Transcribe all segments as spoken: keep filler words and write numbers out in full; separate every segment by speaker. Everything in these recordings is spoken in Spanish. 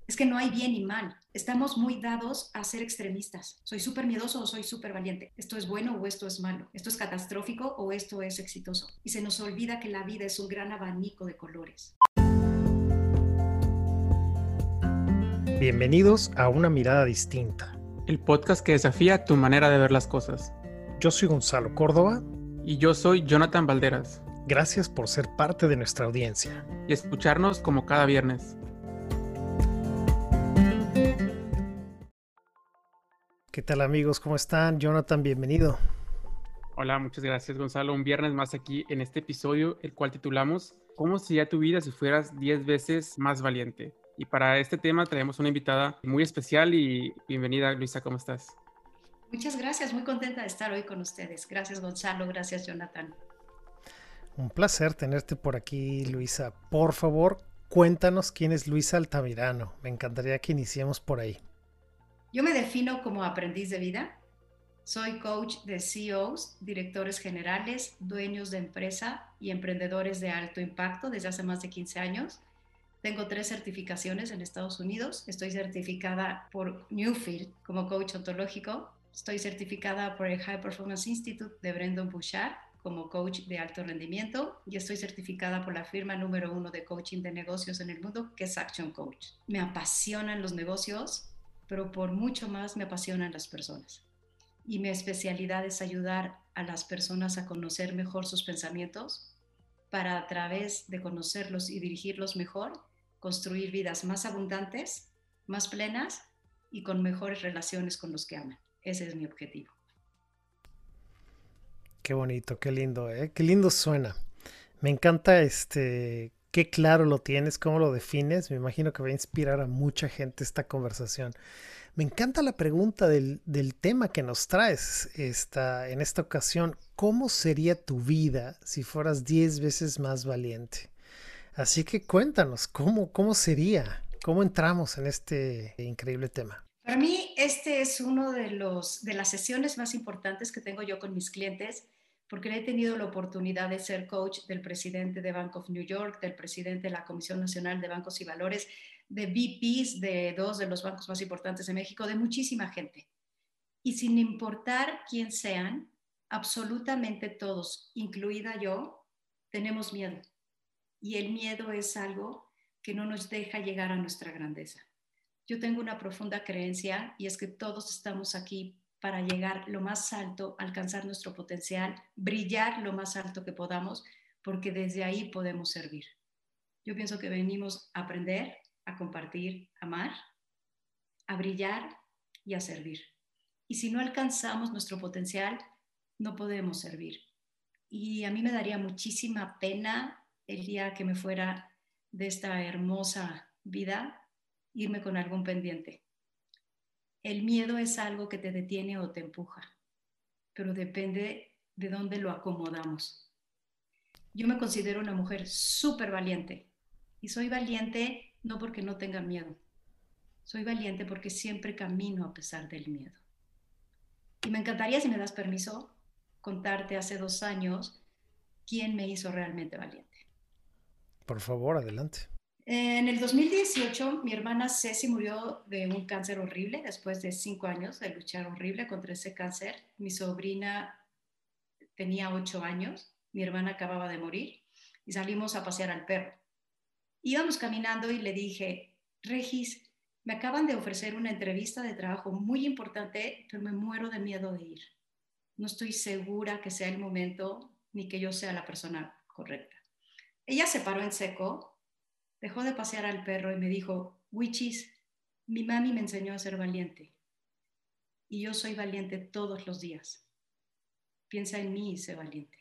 Speaker 1: Es que no hay bien y mal. Estamos muy dados a ser extremistas. Soy súper miedoso o soy súper valiente. Esto es bueno o esto es malo. Esto es catastrófico o esto es exitoso. Y se nos olvida que la vida es un gran abanico de colores.
Speaker 2: Bienvenidos a Una Mirada Distinta.
Speaker 3: El podcast que desafía tu manera de ver las cosas.
Speaker 2: Yo soy Gonzalo Córdoba.
Speaker 3: Y yo soy Jonathan Valderas.
Speaker 2: Gracias por ser parte de nuestra audiencia.
Speaker 3: Y escucharnos como cada viernes.
Speaker 2: ¿Qué tal, amigos? ¿Cómo están? Jonathan, bienvenido.
Speaker 3: Hola, muchas gracias, Gonzalo. Un viernes más aquí en este episodio, el cual titulamos ¿Cómo sería tu vida si fueras diez veces más valiente? Y para este tema traemos una invitada muy especial y bienvenida, Luisa, ¿cómo estás?
Speaker 1: Muchas gracias, muy contenta de estar hoy con ustedes. Gracias, Gonzalo, gracias, Jonathan.
Speaker 2: Un placer tenerte por aquí, Luisa. Por favor, cuéntanos quién es Luisa Altamirano. Me encantaría que iniciemos por ahí.
Speaker 1: Yo me defino como aprendiz de vida. Soy coach de C E Os, directores generales, dueños de empresa y emprendedores de alto impacto desde hace más de quince años. Tengo tres certificaciones en Estados Unidos. Estoy certificada por Newfield como coach ontológico. Estoy certificada por el High Performance Institute de Brendon Burchard como coach de alto rendimiento y estoy certificada por la firma número uno de coaching de negocios en el mundo, que es Action Coach. Me apasionan los negocios, pero por mucho más me apasionan las personas. Y mi especialidad es ayudar a las personas a conocer mejor sus pensamientos para, a través de conocerlos y dirigirlos mejor, construir vidas más abundantes, más plenas y con mejores relaciones con los que aman. Ese es mi objetivo.
Speaker 2: Qué bonito, qué lindo, ¿eh? Qué lindo suena. Me encanta este, qué claro lo tienes, cómo lo defines. Me imagino que va a inspirar a mucha gente esta conversación. Me encanta la pregunta del, del tema que nos traes esta, en esta ocasión. ¿Cómo sería tu vida si fueras diez veces más valiente? Así que cuéntanos, ¿cómo, cómo sería? ¿Cómo entramos en este increíble tema?
Speaker 1: Para mí, este es uno de, los, de las sesiones más importantes que tengo yo con mis clientes, porque he tenido la oportunidad de ser coach del presidente de Bank of New York, del presidente de la Comisión Nacional de Bancos y Valores, de V Ps de dos de los bancos más importantes de México, de muchísima gente. Y sin importar quién sean, absolutamente todos, incluida yo, tenemos miedo. Y el miedo es algo que no nos deja llegar a nuestra grandeza. Yo tengo una profunda creencia y es que todos estamos aquí para llegar lo más alto, alcanzar nuestro potencial, brillar lo más alto que podamos, porque desde ahí podemos servir. Yo pienso que venimos a aprender, a compartir, a amar, a brillar y a servir. Y si no alcanzamos nuestro potencial, no podemos servir. Y a mí me daría muchísima pena el día que me fuera de esta hermosa vida, irme con algún pendiente. El miedo es algo que te detiene o te empuja, pero depende de dónde lo acomodamos. Yo me considero una mujer súper valiente y soy valiente no porque no tenga miedo, soy valiente porque siempre camino a pesar del miedo. Y me encantaría, si me das permiso, contarte hace dos años quién me hizo realmente valiente.
Speaker 2: Por favor, adelante.
Speaker 1: En el dos mil dieciocho, mi hermana Ceci murió de un cáncer horrible después de cinco años de luchar horrible contra ese cáncer. Mi sobrina tenía ocho años, mi hermana acababa de morir y salimos a pasear al perro. Íbamos caminando y le dije, Regis, me acaban de ofrecer una entrevista de trabajo muy importante, pero me muero de miedo de ir. No estoy segura que sea el momento ni que yo sea la persona correcta. Ella se paró en seco, dejó de pasear al perro y me dijo, Wichis, mi mami me enseñó a ser valiente y yo soy valiente todos los días. Piensa en mí y sé valiente.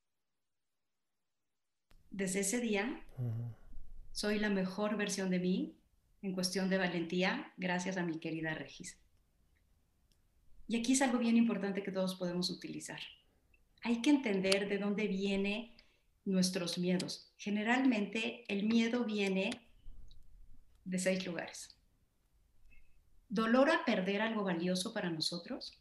Speaker 1: Desde ese día, uh-huh. soy la mejor versión de mí en cuestión de valentía, gracias a mi querida Regis. Y aquí es algo bien importante que todos podemos utilizar. Hay que entender de dónde vienen nuestros miedos. Generalmente el miedo viene de seis lugares. Dolor a perder algo valioso para nosotros,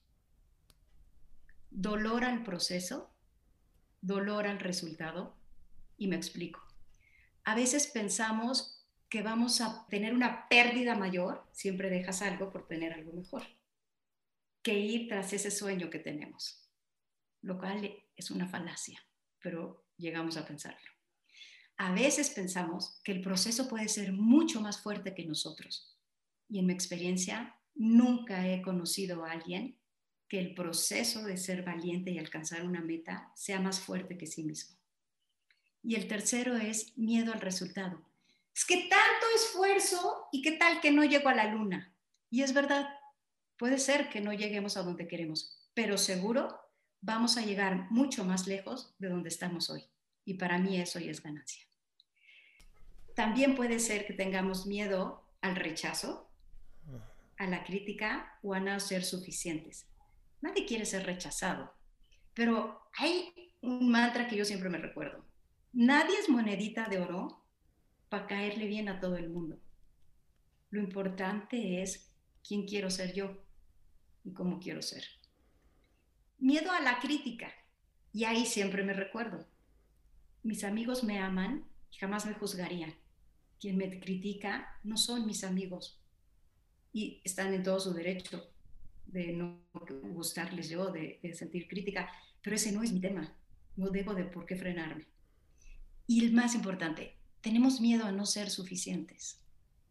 Speaker 1: dolor al proceso, dolor al resultado, y me explico. A veces pensamos que vamos a tener una pérdida mayor, siempre dejas algo por tener algo mejor, que ir tras ese sueño que tenemos, lo cual es una falacia, pero llegamos a pensarlo. A veces pensamos que el proceso puede ser mucho más fuerte que nosotros, y en mi experiencia nunca he conocido a alguien que el proceso de ser valiente y alcanzar una meta sea más fuerte que sí mismo. Y el tercero es miedo al resultado. Es que tanto esfuerzo y qué tal que no llego a la luna. Y es verdad, puede ser que no lleguemos a donde queremos, pero seguro vamos a llegar mucho más lejos de donde estamos hoy. Y para mí eso ya es ganancia. También puede ser que tengamos miedo al rechazo, a la crítica o a no ser suficientes. Nadie quiere ser rechazado, pero hay un mantra que yo siempre me recuerdo. Nadie es monedita de oro para caerle bien a todo el mundo. Lo importante es quién quiero ser yo y cómo quiero ser. Miedo a la crítica. Y ahí siempre me recuerdo. Mis amigos me aman y jamás me juzgarían. Quien me critica no son mis amigos. Y están en todo su derecho de no gustarles yo, de, de sentir crítica, pero ese no es mi tema, no debo de por qué frenarme. Y el más importante, tenemos miedo a no ser suficientes.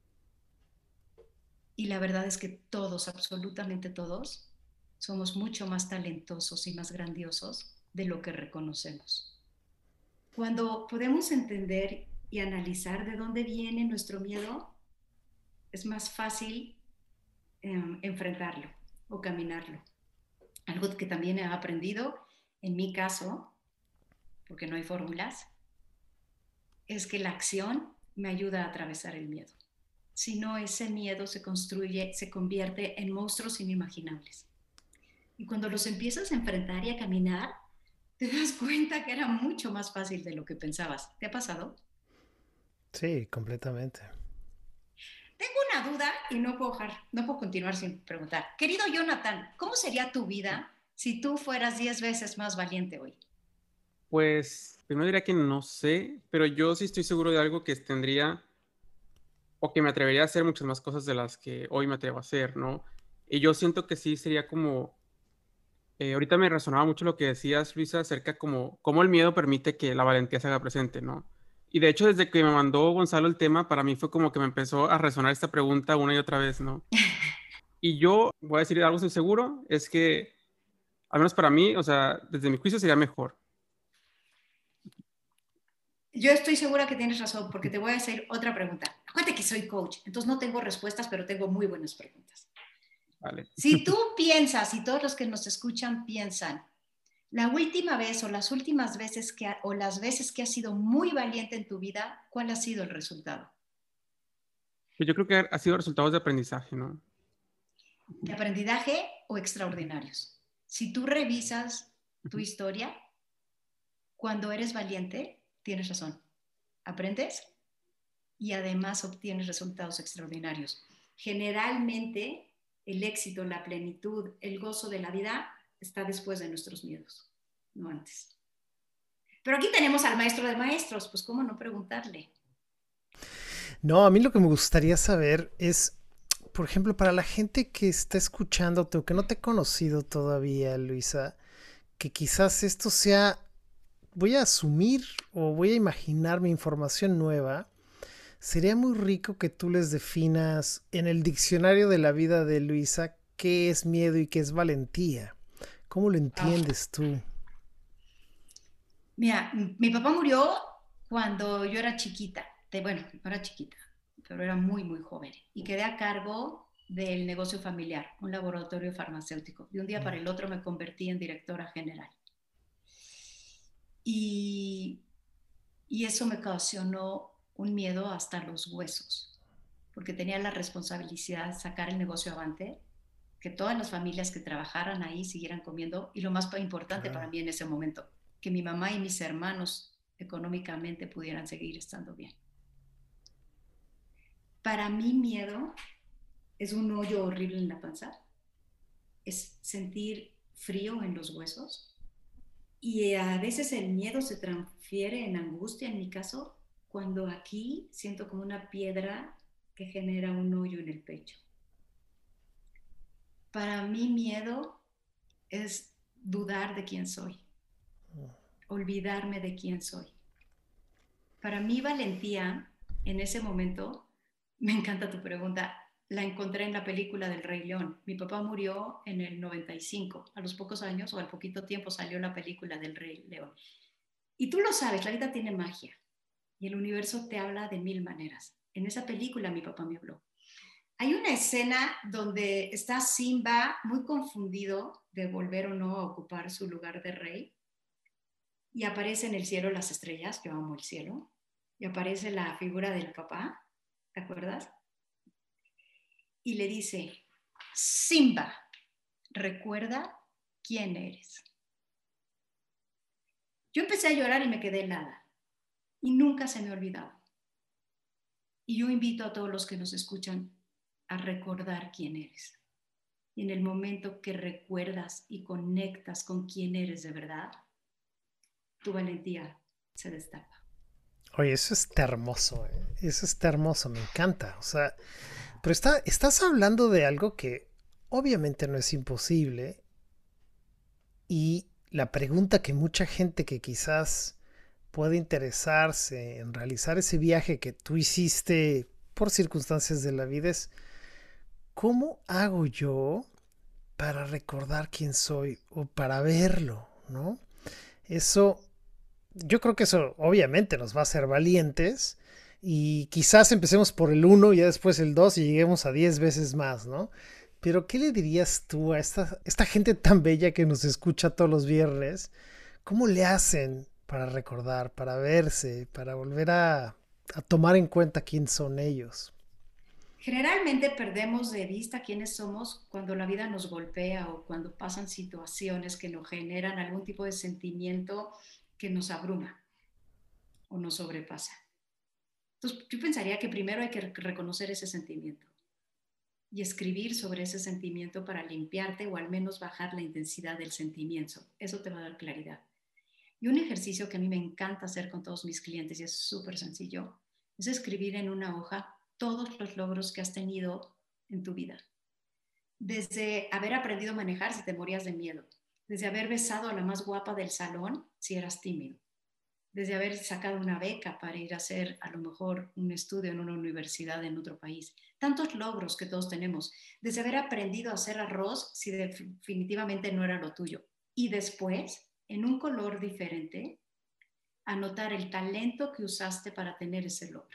Speaker 1: Y la verdad es que todos, absolutamente todos, somos mucho más talentosos y más grandiosos de lo que reconocemos. Cuando podemos entender y analizar de dónde viene nuestro miedo, es más fácil eh, enfrentarlo o caminarlo. Algo que también he aprendido, en mi caso, porque no hay fórmulas, es que la acción me ayuda a atravesar el miedo. Si no, ese miedo se construye, se convierte en monstruos inimaginables. Y cuando los empiezas a enfrentar y a caminar, te das cuenta que era mucho más fácil de lo que pensabas. ¿Te ha pasado?
Speaker 2: Sí, completamente.
Speaker 1: Tengo una duda y no puedo, dejar, no puedo continuar sin preguntar. Querido Jonathan, ¿cómo sería tu vida si tú fueras diez veces más valiente hoy?
Speaker 3: Pues, primero diría que no sé, pero yo sí estoy seguro de algo que tendría o que me atrevería a hacer muchas más cosas de las que hoy me atrevo a hacer, ¿no? Y yo siento que sí sería como, eh, ahorita me resonaba mucho lo que decías, Luisa, acerca como cómo el miedo permite que la valentía se haga presente, ¿no? Y de hecho, desde que me mandó Gonzalo el tema, para mí fue como que me empezó a resonar esta pregunta una y otra vez, ¿no? Y yo voy a decir algo, estoy seguro, es que, al menos para mí, o sea, desde mi juicio sería mejor.
Speaker 1: Yo estoy segura que tienes razón, porque te voy a hacer otra pregunta. Acuérdate que soy coach, entonces no tengo respuestas, pero tengo muy buenas preguntas.
Speaker 3: Vale.
Speaker 1: Si tú piensas, y todos los que nos escuchan piensan, la última vez o las últimas veces que, o las veces que has sido muy valiente en tu vida, ¿cuál ha sido el resultado?
Speaker 3: Pues yo creo que ha sido resultados de aprendizaje, ¿no?
Speaker 1: ¿De aprendizaje o extraordinarios? Si tú revisas tu historia, cuando eres valiente, tienes razón. Aprendes y además obtienes resultados extraordinarios. Generalmente, el éxito, la plenitud, el gozo de la vida está después de nuestros miedos, no antes. Pero aquí tenemos al maestro de maestros, pues cómo no preguntarle.
Speaker 2: No, a mí lo que me gustaría saber es, por ejemplo, para la gente que está escuchándote o que no te ha conocido todavía, Luisa, que quizás esto sea, voy a asumir o voy a imaginarme información nueva. Sería muy rico que tú les definas en el diccionario de la vida de Luisa qué es miedo y qué es valentía. ¿Cómo lo entiendes tú?
Speaker 1: Mira, mi papá murió cuando yo era chiquita. De, bueno, no era chiquita, pero era muy, muy joven. Y quedé a cargo del negocio familiar, un laboratorio farmacéutico. De un día para el otro me convertí en directora general. Y, y eso me ocasionó un miedo hasta los huesos, porque tenía la responsabilidad de sacar el negocio avante, que todas las familias que trabajaran ahí siguieran comiendo, y lo más importante para mí en ese momento, que mi mamá y mis hermanos económicamente pudieran seguir estando bien. Para mí miedo es un hoyo horrible en la panza, es sentir frío en los huesos, y a veces el miedo se transfiere en angustia, en mi caso, cuando aquí siento como una piedra que genera un hoyo en el pecho. Para mí miedo es dudar de quién soy, olvidarme de quién soy. Para mí valentía en ese momento, me encanta tu pregunta, la encontré en la película del Rey León. Mi papá murió en el noventa y cinco, a los pocos años o al poquito tiempo salió la película del Rey León. Y tú lo sabes, la vida tiene magia y el universo te habla de mil maneras. En esa película mi papá me habló. Hay una escena donde está Simba muy confundido de volver o no a ocupar su lugar de rey y aparece en el cielo las estrellas, yo amo el cielo, y aparece la figura del papá, ¿te acuerdas? Y le dice, Simba, recuerda quién eres. Yo empecé a llorar y me quedé helada y nunca se me ha olvidado. Y yo invito a todos los que nos escuchan a recordar quién eres. Y en el momento que recuerdas y conectas con quién eres de verdad, tu valentía se destapa.
Speaker 2: Oye, eso está hermoso, ¿eh? Eso está hermoso, me encanta. O sea, pero está, estás hablando de algo que obviamente no es imposible y la pregunta que mucha gente que quizás puede interesarse en realizar ese viaje que tú hiciste por circunstancias de la vida es, ¿cómo hago yo para recordar quién soy o para verlo, ¿no? Eso, yo creo que eso obviamente nos va a hacer valientes y quizás empecemos por el uno y ya después el dos y lleguemos a diez veces más, ¿no? Pero ¿qué le dirías tú a esta, esta gente tan bella que nos escucha todos los viernes? ¿Cómo le hacen para recordar, para verse, para volver a, a tomar en cuenta quién son ellos?
Speaker 1: Generalmente perdemos de vista quiénes somos cuando la vida nos golpea o cuando pasan situaciones que nos generan algún tipo de sentimiento que nos abruma o nos sobrepasa. Entonces, yo pensaría que primero hay que reconocer ese sentimiento y escribir sobre ese sentimiento para limpiarte o al menos bajar la intensidad del sentimiento. Eso te va a dar claridad. Y un ejercicio que a mí me encanta hacer con todos mis clientes y es súper sencillo, es escribir en una hoja todos los logros que has tenido en tu vida. Desde haber aprendido a manejar si te morías de miedo, desde haber besado a la más guapa del salón si eras tímido, desde haber sacado una beca para ir a hacer a lo mejor un estudio en una universidad en otro país. Tantos logros que todos tenemos, desde haber aprendido a hacer arroz si definitivamente no era lo tuyo. Y después, en un color diferente, anotar el talento que usaste para tener ese logro.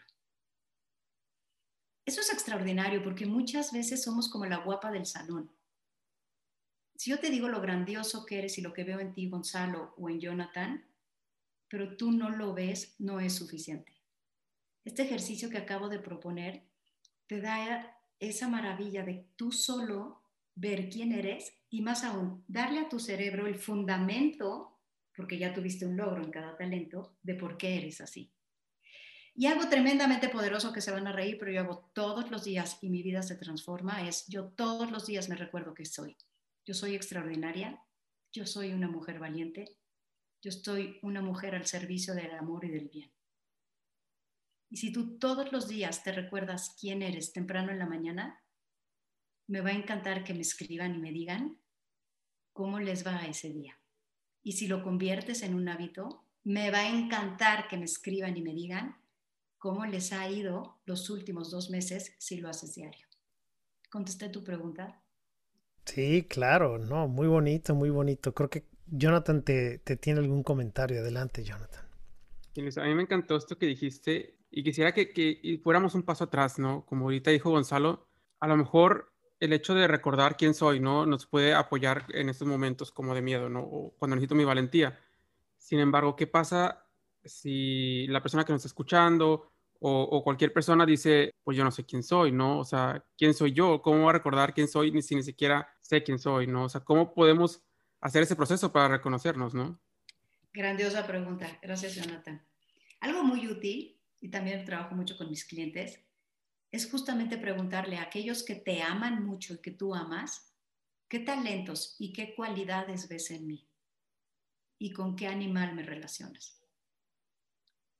Speaker 1: Eso es extraordinario porque muchas veces somos como la guapa del salón. Si yo te digo lo grandioso que eres y lo que veo en ti, Gonzalo, o en Jonathan, pero tú no lo ves, no es suficiente. Este ejercicio que acabo de proponer te da esa maravilla de tú solo ver quién eres y más aún, darle a tu cerebro el fundamento, porque ya tuviste un logro en cada talento, de por qué eres así. Y algo tremendamente poderoso que se van a reír, pero yo hago todos los días y mi vida se transforma, es yo todos los días me recuerdo que soy. Yo soy extraordinaria, yo soy una mujer valiente, yo soy una mujer al servicio del amor y del bien. Y si tú todos los días te recuerdas quién eres temprano en la mañana, me va a encantar que me escriban y me digan cómo les va a ese día. Y si lo conviertes en un hábito, me va a encantar que me escriban y me digan cómo les ha ido los últimos dos meses si lo haces diario. ¿Contesté tu pregunta?
Speaker 2: Sí, claro, no, muy bonito, muy bonito. Creo que Jonathan te, te tiene algún comentario. Adelante, Jonathan.
Speaker 3: A mí me encantó esto que dijiste y quisiera que, que fuéramos un paso atrás, ¿no? Como ahorita dijo Gonzalo, a lo mejor el hecho de recordar quién soy, ¿no? Nos puede apoyar en estos momentos como de miedo, ¿no? O cuando necesito mi valentía. Sin embargo, ¿qué pasa si la persona que nos está escuchando o, o cualquier persona dice, pues yo no sé quién soy, ¿no? O sea, ¿quién soy yo? ¿Cómo voy a recordar quién soy ni si ni siquiera sé quién soy, ¿no? O sea, ¿cómo podemos hacer ese proceso para reconocernos, ¿no?
Speaker 1: Grandiosa pregunta. Gracias, Jonathan. Algo muy útil, y también trabajo mucho con mis clientes, es justamente preguntarle a aquellos que te aman mucho y que tú amas, ¿qué talentos y qué cualidades ves en mí? ¿Y con qué animal me relacionas?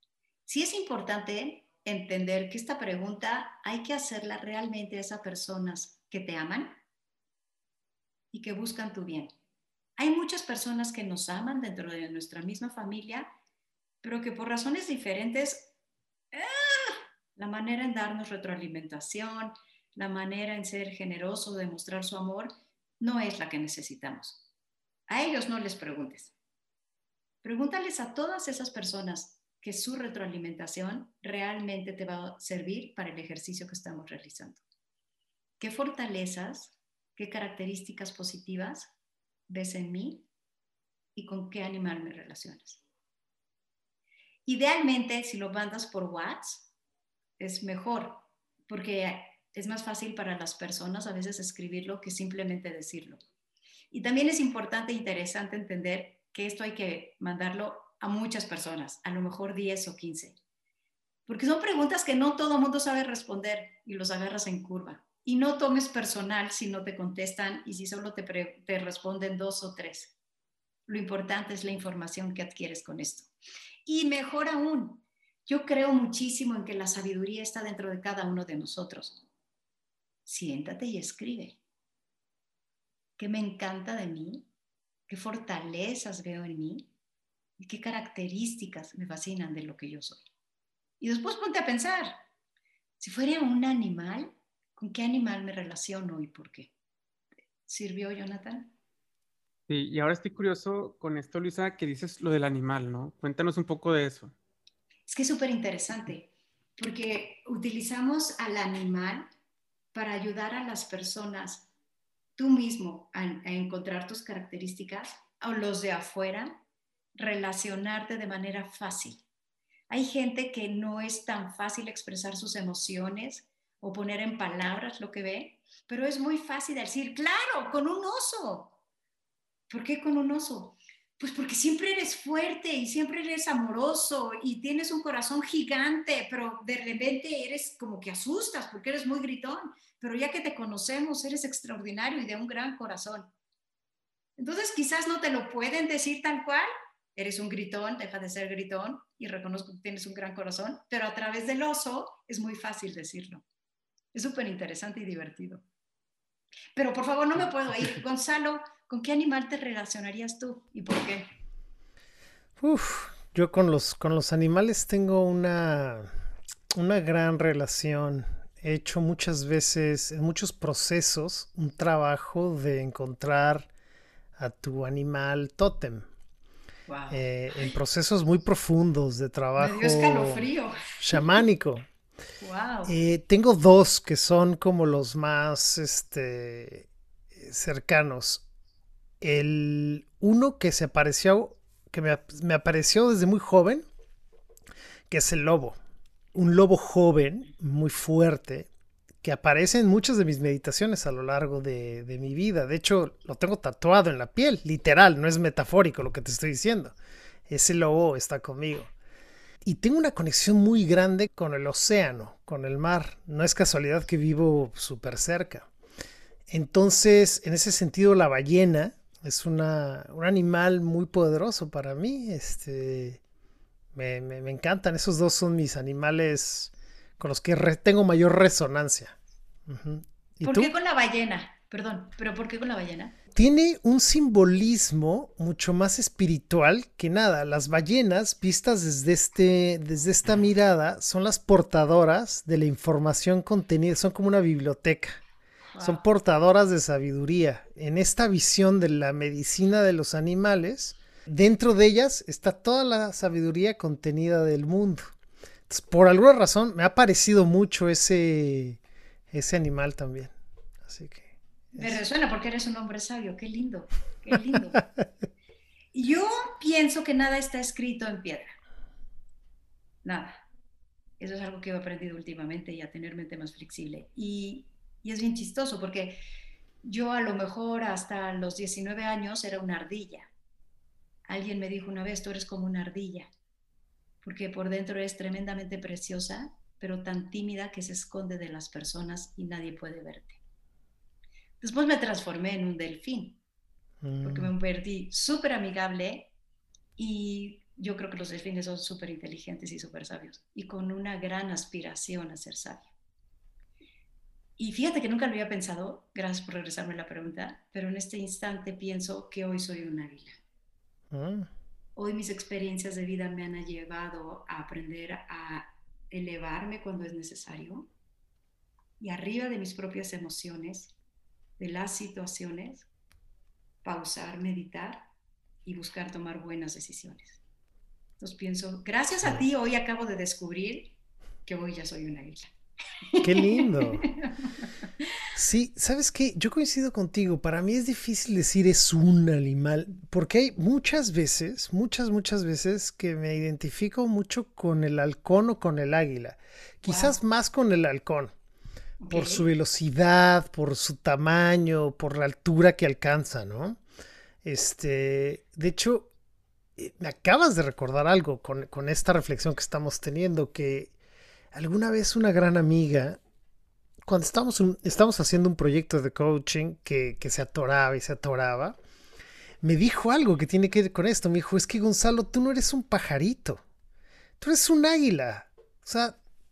Speaker 1: Sí es importante entender que esta pregunta hay que hacerla realmente a esas personas que te aman y que buscan tu bien. Hay muchas personas que nos aman dentro de nuestra misma familia, pero que por razones diferentes, ¡ah!, la manera en darnos retroalimentación, la manera en ser generoso, demostrar su amor, no es la que necesitamos. A ellos no les preguntes. Pregúntales a todas esas personas que su retroalimentación realmente te va a servir para el ejercicio que estamos realizando. ¿Qué fortalezas, qué características positivas ves en mí y con qué animal me relacionas? Idealmente, si lo mandas por WhatsApp, es mejor, porque es más fácil para las personas a veces escribirlo que simplemente decirlo. Y también es importante e interesante entender que esto hay que mandarlo a muchas personas, a lo mejor diez o quince, porque son preguntas que no todo el mundo sabe responder y los agarras en curva. Y no tomes personal si no te contestan y si solo te, pre- te responden dos o tres. Lo importante es la información que adquieres con esto. Y mejor aún, yo creo muchísimo en que la sabiduría está dentro de cada uno de nosotros. Siéntate y escribe. ¿Qué me encanta de mí? ¿Qué fortalezas veo en mí? ¿Y qué características me fascinan de lo que yo soy? Y después ponte a pensar, si fuera un animal, ¿con qué animal me relaciono y por qué? ¿Sirvió, Jonathan?
Speaker 3: Sí, y ahora estoy curioso con esto, Luisa, que dices lo del animal, ¿no? Cuéntanos un poco de eso.
Speaker 1: Es que es súper interesante, porque utilizamos al animal para ayudar a las personas, tú mismo, a, a encontrar tus características, o los de afuera, relacionarte de manera fácil. Hay gente que no es tan fácil expresar sus emociones o poner en palabras lo que ve, pero es muy fácil decir, claro, con un oso. ¿Por qué con un oso? Pues porque siempre eres fuerte y siempre eres amoroso y tienes un corazón gigante, pero de repente eres como que asustas porque eres muy gritón, pero ya que te conocemos eres extraordinario y de un gran corazón. Entonces quizás no te lo pueden decir tal cual, eres un gritón, deja de ser gritón y reconozco que tienes un gran corazón, pero a través del oso es muy fácil decirlo. Es súper interesante y divertido. Pero por favor, no me puedo ir. Gonzalo, ¿con qué animal te relacionarías tú y por qué?
Speaker 2: Uf, yo con los, con los animales tengo una, una gran relación. He hecho muchas veces, en muchos procesos, un trabajo de encontrar a tu animal tótem.
Speaker 1: Wow.
Speaker 2: Eh, en procesos muy profundos de
Speaker 1: Me dio
Speaker 2: trabajo
Speaker 1: escalofrío.
Speaker 2: chamánico.
Speaker 1: Wow.
Speaker 2: Eh, tengo dos que son como los más este, cercanos. El uno que se apareció, que me, me apareció desde muy joven, que es el lobo. Un lobo joven, muy fuerte, que aparece en muchas de mis meditaciones a lo largo de, de mi vida. De hecho, lo tengo tatuado en la piel, literal, no es metafórico lo que te estoy diciendo. Ese lobo está conmigo. Y tengo una conexión muy grande con el océano, con el mar. No es casualidad que vivo súper cerca. Entonces, en ese sentido, la ballena es una, un animal muy poderoso para mí. Este, me, me, me encantan. Esos dos son mis animales con los que re, tengo mayor resonancia. Uh-huh. ¿Y
Speaker 1: ¿Por qué
Speaker 2: tú?
Speaker 1: con la ballena? Perdón, pero ¿por qué con la ballena?
Speaker 2: Tiene un simbolismo mucho más espiritual que nada. Las ballenas, vistas desde, este, desde esta mirada, son las portadoras de la información contenida, son como una biblioteca. Son
Speaker 1: Wow.
Speaker 2: portadoras de sabiduría. En esta visión de la medicina de los animales, dentro de ellas está toda la sabiduría contenida del mundo. Entonces, por alguna razón me ha parecido mucho ese, ese animal también. Así que
Speaker 1: Me
Speaker 2: eso.
Speaker 1: resuena porque eres un hombre sabio. Qué lindo, qué lindo. Yo pienso que nada está escrito en piedra. Nada. Eso es algo que he aprendido últimamente y a tener mente más flexible. Y, y es bien chistoso porque yo a lo mejor hasta los diecinueve años era una ardilla. Alguien me dijo una vez, tú eres como una ardilla, porque por dentro eres tremendamente preciosa, pero tan tímida que se esconde de las personas y nadie puede verte. Después me transformé en un delfín, porque
Speaker 2: Mm.
Speaker 1: me convertí súper amigable y yo creo que los delfines son súper inteligentes y súper sabios y con una gran aspiración a ser sabio. Y fíjate que nunca lo había pensado, gracias por regresarme la pregunta, pero en este instante pienso que hoy soy un águila.
Speaker 2: Mm.
Speaker 1: Hoy mis experiencias de vida me han llevado a aprender a elevarme cuando es necesario y arriba de mis propias emociones, de las situaciones, pausar, meditar y buscar tomar buenas decisiones. Entonces pienso, gracias
Speaker 2: Sí.
Speaker 1: a ti hoy acabo de descubrir que hoy ya soy una águila.
Speaker 2: Qué lindo. Sí, ¿sabes qué? Yo coincido contigo. Para mí es difícil decir es un animal, porque hay muchas veces, muchas, muchas veces que me identifico mucho con el halcón o con el águila. Quizás
Speaker 1: Wow.
Speaker 2: más con el halcón,
Speaker 1: Ok.
Speaker 2: por su velocidad, por su tamaño, por la altura que alcanza, ¿no? Este, de hecho, eh, me acabas de recordar algo con, con esta reflexión que estamos teniendo, que alguna vez una gran amiga cuando estábamos, un, estábamos haciendo un proyecto de coaching que, que se atoraba y se atoraba, me dijo algo que tiene que ver con esto. Me dijo, es que Gonzalo, tú no eres un pajarito, tú eres un águila. O sea,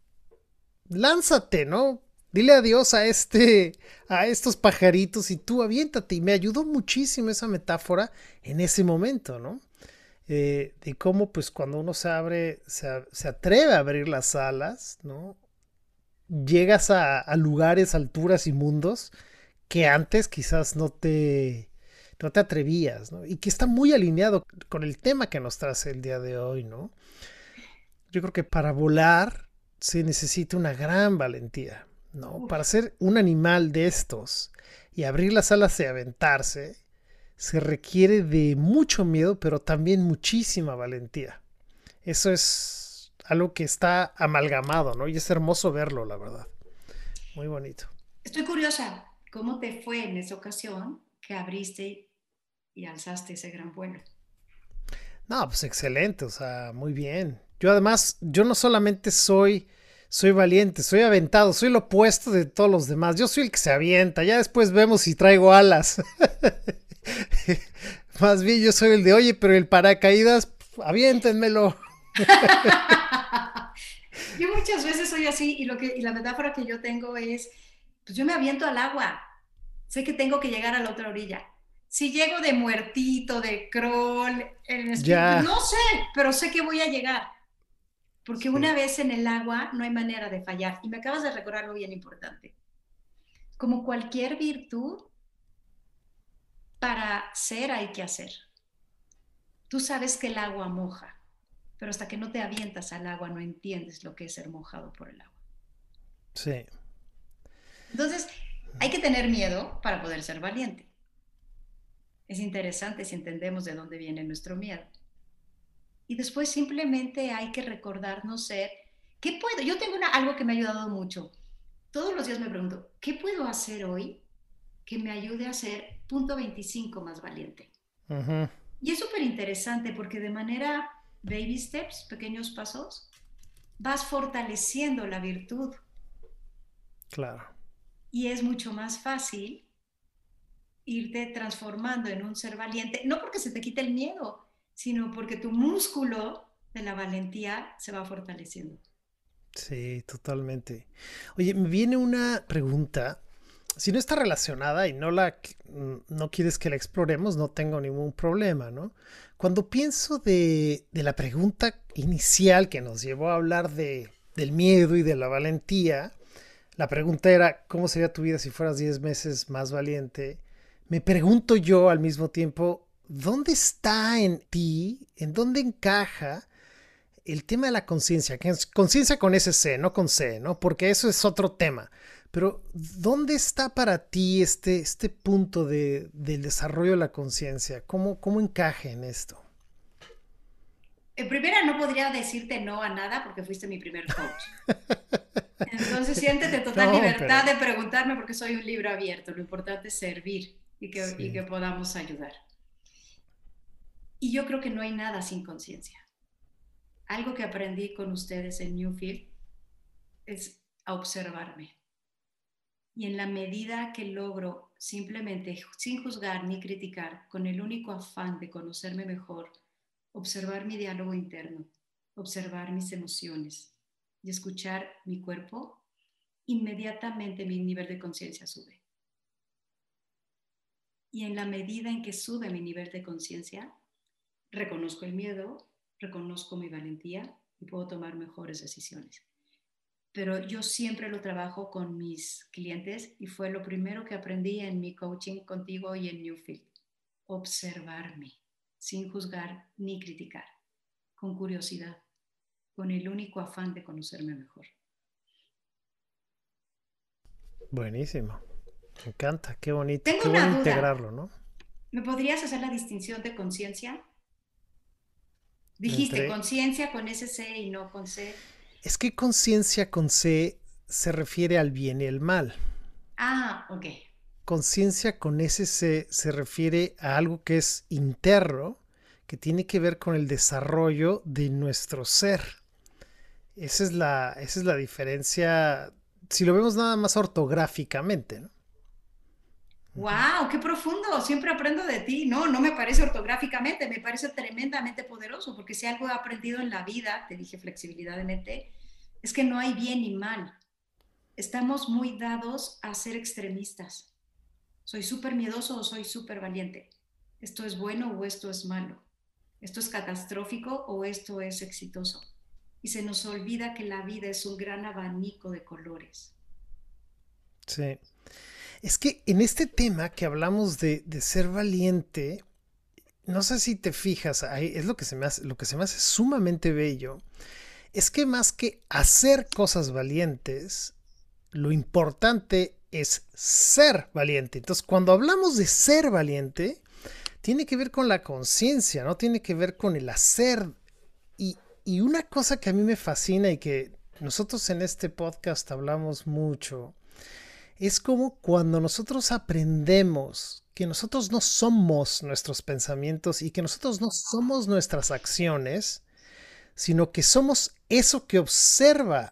Speaker 2: lánzate, ¿no? Dile adiós a este, a estos pajaritos y tú aviéntate. Y me ayudó muchísimo esa metáfora en ese momento, ¿no? Eh, de cómo, pues, cuando uno se abre, se, se atreve a abrir las alas, ¿no? Llegas a, a lugares, alturas y mundos que antes quizás no te, no te atrevías, ¿no? Y que está muy alineado con el tema que nos trae el día de hoy, ¿no? Yo creo que para volar se necesita una gran valentía, ¿no? Para
Speaker 1: Uf.
Speaker 2: ser un animal de estos y abrir las alas y aventarse, se requiere de mucho miedo, pero también muchísima valentía. Eso es algo que está amalgamado, ¿no? Y es hermoso verlo, la verdad. Muy bonito.
Speaker 1: Estoy curiosa, ¿cómo te fue en esa ocasión que abriste y alzaste ese gran vuelo?
Speaker 2: No, pues excelente, o sea, muy bien. Yo además, yo no solamente soy, soy valiente, soy aventado, soy lo opuesto de todos los demás. Yo soy el que se avienta, ya después vemos si traigo alas. Más bien yo soy el de, oye, pero el paracaídas, aviéntenmelo.
Speaker 1: Yo muchas veces soy así y, lo que, y la metáfora que yo tengo es, pues yo me aviento al agua, sé que tengo que llegar a la otra orilla. Si llego de muertito, de crawl, en espíritu, pues
Speaker 2: Ya,
Speaker 1: no sé, pero sé que voy a llegar. Porque una
Speaker 2: sí,
Speaker 1: vez en el agua no hay manera de fallar. Y me acabas de recordar algo bien importante. Como cualquier virtud, para ser hay que hacer. Tú sabes que el agua moja, pero hasta que no te avientas al agua no entiendes lo que es ser mojado por el agua.
Speaker 2: sí,
Speaker 1: Entonces, hay que tener miedo para poder ser valiente. Es interesante si entendemos de dónde viene nuestro miedo. Y después simplemente hay que recordarnos ser, ¿qué puedo? Yo tengo una, algo que me ha ayudado mucho. Todos los días me pregunto, ¿qué puedo hacer hoy que me ayude a ser punto veinticinco más valiente?
Speaker 2: ujú,
Speaker 1: Y es súper interesante porque de manera baby steps, pequeños pasos, vas fortaleciendo la virtud
Speaker 2: claro.
Speaker 1: y es mucho más fácil irte transformando en un ser valiente, no porque se te quite el miedo, sino porque tu músculo de la valentía se va fortaleciendo.
Speaker 2: Sí, totalmente. Oye, me viene una pregunta. Si no está relacionada y no la no quieres que la exploremos, no tengo ningún problema, ¿no? Cuando pienso de, de la pregunta inicial que nos llevó a hablar de, del miedo y de la valentía, la pregunta era, ¿cómo sería tu vida si fueras diez veces más valiente? Me pregunto yo al mismo tiempo, ¿dónde está en ti, en dónde encaja el tema de la conciencia? Que es conciencia con ese C, no con C, ¿no? Porque eso es otro tema. Pero, ¿dónde está para ti este, este punto de, del desarrollo de la conciencia? ¿Cómo, ¿Cómo encaje en esto?
Speaker 1: En primera, no podría decirte no a nada porque fuiste mi primer coach. Entonces, siéntete total
Speaker 2: No,
Speaker 1: libertad
Speaker 2: pero
Speaker 1: de preguntarme porque soy un libro abierto. Lo importante es servir y que, y que
Speaker 2: sí.
Speaker 1: podamos ayudar. Y yo creo que no hay nada sin conciencia. Algo que aprendí con ustedes en Newfield es a observarme. Y en la medida que logro simplemente, sin juzgar ni criticar, con el único afán de conocerme mejor, observar mi diálogo interno, observar mis emociones y escuchar mi cuerpo, inmediatamente mi nivel de conciencia sube. Y en la medida en que sube mi nivel de conciencia, reconozco el miedo, reconozco mi valentía y puedo tomar mejores decisiones. Pero yo siempre lo trabajo con mis clientes y fue lo primero que aprendí en mi coaching contigo y en Newfield. Observarme sin juzgar ni criticar, con curiosidad, con el único afán de conocerme mejor.
Speaker 2: Buenísimo. Me encanta, qué bonito.
Speaker 1: Tengo
Speaker 2: qué
Speaker 1: una
Speaker 2: bueno
Speaker 1: duda.
Speaker 2: integrarlo, ¿no?
Speaker 1: ¿Me podrías hacer la distinción de conciencia? Dijiste
Speaker 2: Entre...
Speaker 1: conciencia con ese C y no con C.
Speaker 2: Es que conciencia con C se refiere al bien y el mal.
Speaker 1: Ah, ok.
Speaker 2: Conciencia con ese C se refiere a algo que es interno, que tiene que ver con el desarrollo de nuestro ser. Esa es la, esa es la diferencia, si lo vemos nada más ortográficamente, ¿no?
Speaker 1: ¡Wow! ¡Qué profundo! Siempre aprendo de ti. No, no me parece ortográficamente, me parece tremendamente poderoso, porque si algo he aprendido en la vida, te dije flexibilidad de mente, es que no hay bien ni mal. Estamos muy dados a ser extremistas. ¿Soy súper miedoso o soy súper valiente? ¿Esto es bueno o esto es malo? ¿Esto es catastrófico o esto es exitoso? Y se nos olvida que la vida es un gran abanico de colores.
Speaker 2: Sí. Es que en este tema que hablamos de, de ser valiente, no sé si te fijas, ahí es lo que se me hace, lo que se me hace sumamente bello, es que más que hacer cosas valientes, lo importante es ser valiente. Entonces, cuando hablamos de ser valiente, tiene que ver con la conciencia, ¿no? Tiene que ver con el hacer. Y, y una cosa que a mí me fascina y que nosotros en este podcast hablamos mucho, es como cuando nosotros aprendemos que nosotros no somos nuestros pensamientos y que nosotros no somos nuestras acciones, sino que somos eso que observa.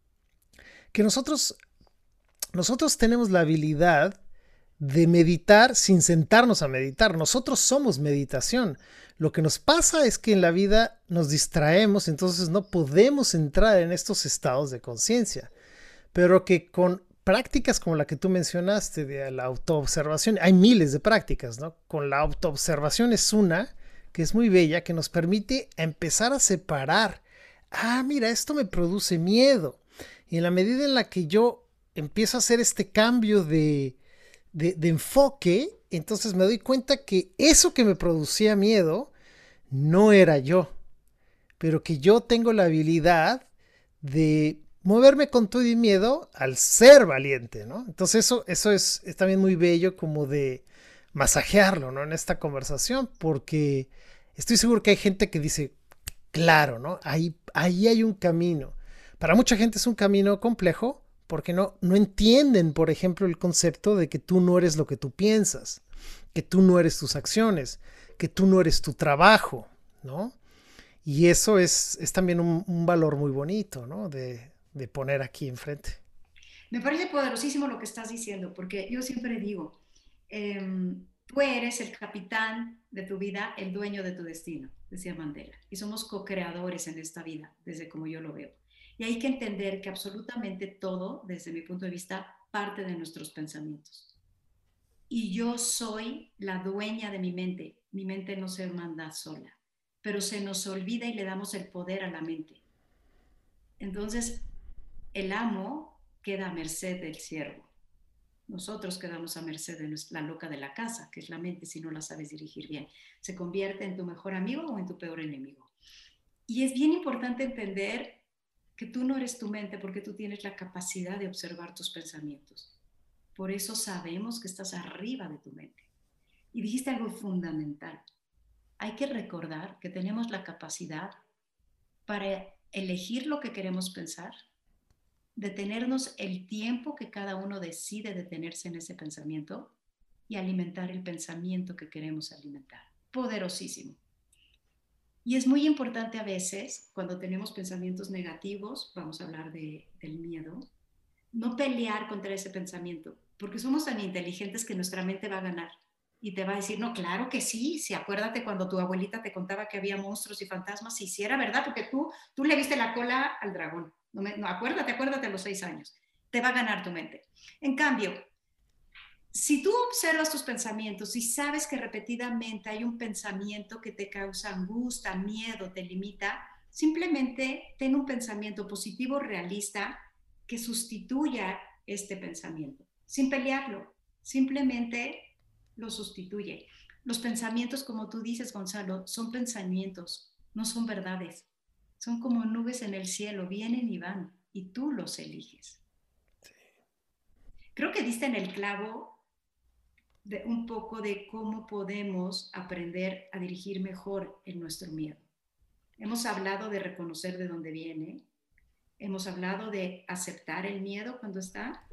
Speaker 2: Que nosotros, nosotros tenemos la habilidad de meditar sin sentarnos a meditar. Nosotros somos meditación. Lo que nos pasa es que en la vida nos distraemos, entonces no podemos entrar en estos estados de conciencia. Pero que con prácticas como la que tú mencionaste de la autoobservación, hay miles de prácticas, ¿no? Con la autoobservación es una que es muy bella, que nos permite empezar a separar. Ah, mira, esto me produce miedo. Y en la medida en la que yo empiezo a hacer este cambio de, de, de enfoque, entonces me doy cuenta que eso que me producía miedo no era yo, pero que yo tengo la habilidad de moverme con todo y miedo al ser valiente, ¿no? Entonces eso, eso es, es también muy bello como de masajearlo, ¿no? En esta conversación, porque estoy seguro que hay gente que dice, claro, ¿no? Ahí, ahí hay un camino. Para mucha gente es un camino complejo porque no, no entienden, por ejemplo, el concepto de que tú no eres lo que tú piensas, que tú no eres tus acciones, que tú no eres tu trabajo, ¿no? Y eso es, es también un, un valor muy bonito, ¿no? De, de poner aquí enfrente.
Speaker 1: Me parece poderosísimo lo que estás diciendo, porque yo siempre digo, eh, tú eres el capitán de tu vida, el dueño de tu destino, decía Mandela, y somos co-creadores en esta vida, desde como yo lo veo. Y hay que entender que absolutamente todo, desde mi punto de vista, parte de nuestros pensamientos. Y yo soy la dueña de mi mente, mi mente no se manda sola, pero se nos olvida y le damos el poder a la mente. Entonces, el amo queda a merced del siervo. Nosotros quedamos a merced de la loca de la casa, que es la mente, si no la sabes dirigir bien. Se convierte en tu mejor amigo o en tu peor enemigo. Y es bien importante entender que tú no eres tu mente porque tú tienes la capacidad de observar tus pensamientos. Por eso sabemos que estás arriba de tu mente. Y dijiste algo fundamental. Hay que recordar que tenemos la capacidad para elegir lo que queremos pensar, detenernos el tiempo que cada uno decide detenerse en ese pensamiento y alimentar el pensamiento que queremos alimentar. Poderosísimo. Y es muy importante a veces, cuando tenemos pensamientos negativos, vamos a hablar de, del miedo, no pelear contra ese pensamiento, porque somos tan inteligentes que nuestra mente va a ganar Y te va a decir, no, claro que sí, sí, acuérdate cuando tu abuelita te contaba que había monstruos y fantasmas, si sí era verdad, porque tú, tú le viste la cola al dragón. No, me, no, acuérdate, acuérdate a los seis años. Te va a ganar tu mente. En cambio, si tú observas tus pensamientos y sabes que repetidamente hay un pensamiento que te causa angustia, miedo, te limita, simplemente ten un pensamiento positivo, realista, que sustituya este pensamiento, sin pelearlo, simplemente lo sustituye. Los pensamientos, como tú dices, Gonzalo, son pensamientos, no son verdades. Son como nubes en el cielo, vienen y van, y tú los eliges. Creo que diste en el clavo de un poco de cómo podemos aprender a dirigir mejor en nuestro miedo. Hemos hablado de reconocer de dónde viene, hemos hablado de aceptar el miedo cuando está,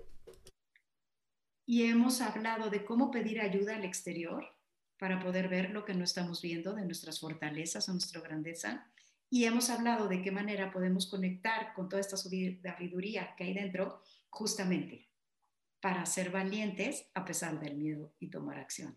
Speaker 1: y hemos hablado de cómo pedir ayuda al exterior para poder ver lo que no estamos viendo de nuestras fortalezas o nuestra grandeza, y hemos hablado de qué manera podemos conectar con toda esta sabiduría que hay dentro, justamente para ser valientes a pesar del miedo y tomar acción.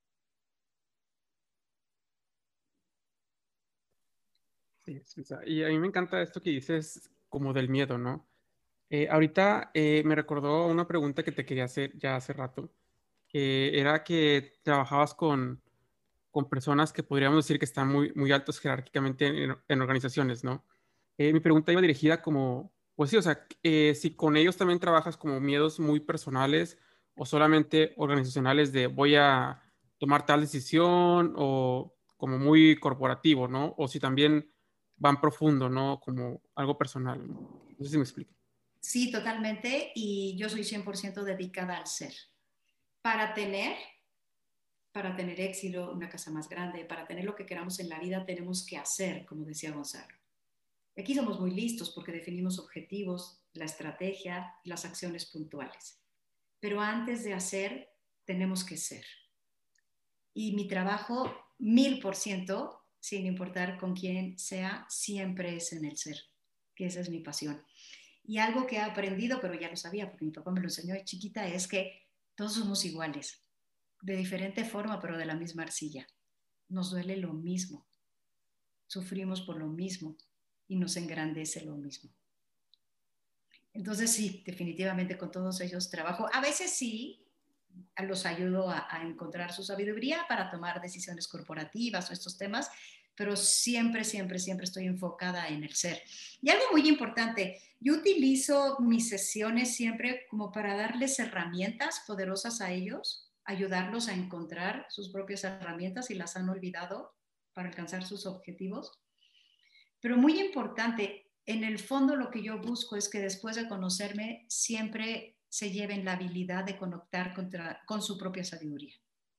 Speaker 3: Sí, sí, sí. Y a mí me encanta esto que dices como del miedo, ¿no? Eh, ahorita eh, me recordó una pregunta que te quería hacer ya hace rato, que era que trabajabas con, con personas que podríamos decir que están muy, muy altos jerárquicamente en, en organizaciones, ¿no? Eh, mi pregunta iba dirigida como, pues sí, o sea, eh, si con ellos también trabajas como miedos muy personales o solamente organizacionales de voy a tomar tal decisión o como muy corporativo, ¿no? O si también van profundo, ¿no? Como algo personal, ¿no? No sé si me explico.
Speaker 1: Sí, totalmente, y yo soy cien por ciento dedicada al ser. Para tener, para tener éxito, una casa más grande, para tener lo que queramos en la vida, tenemos que hacer, como decía Gonzalo. Aquí somos muy listos porque definimos objetivos, la estrategia y las acciones puntuales. Pero antes de hacer, tenemos que ser. Y mi trabajo, mil por ciento, sin importar con quién sea, siempre es en el ser, que esa es mi pasión. Y algo que he aprendido, pero ya lo sabía porque mi papá me lo enseñó de chiquita, es que todos somos iguales, de diferente forma, pero de la misma arcilla. Nos duele lo mismo, sufrimos por lo mismo y nos engrandece lo mismo. Entonces sí, definitivamente con todos ellos trabajo. A veces sí, los ayudo a, a encontrar su sabiduría para tomar decisiones corporativas o estos temas, pero siempre, siempre, siempre estoy enfocada en el ser. Y algo muy importante, yo utilizo mis sesiones siempre como para darles herramientas poderosas a ellos, ayudarlos a encontrar sus propias herramientas si las han olvidado para alcanzar sus objetivos. Pero muy importante, en el fondo lo que yo busco es que después de conocerme siempre se lleven la habilidad de conectar contra, con su propia sabiduría.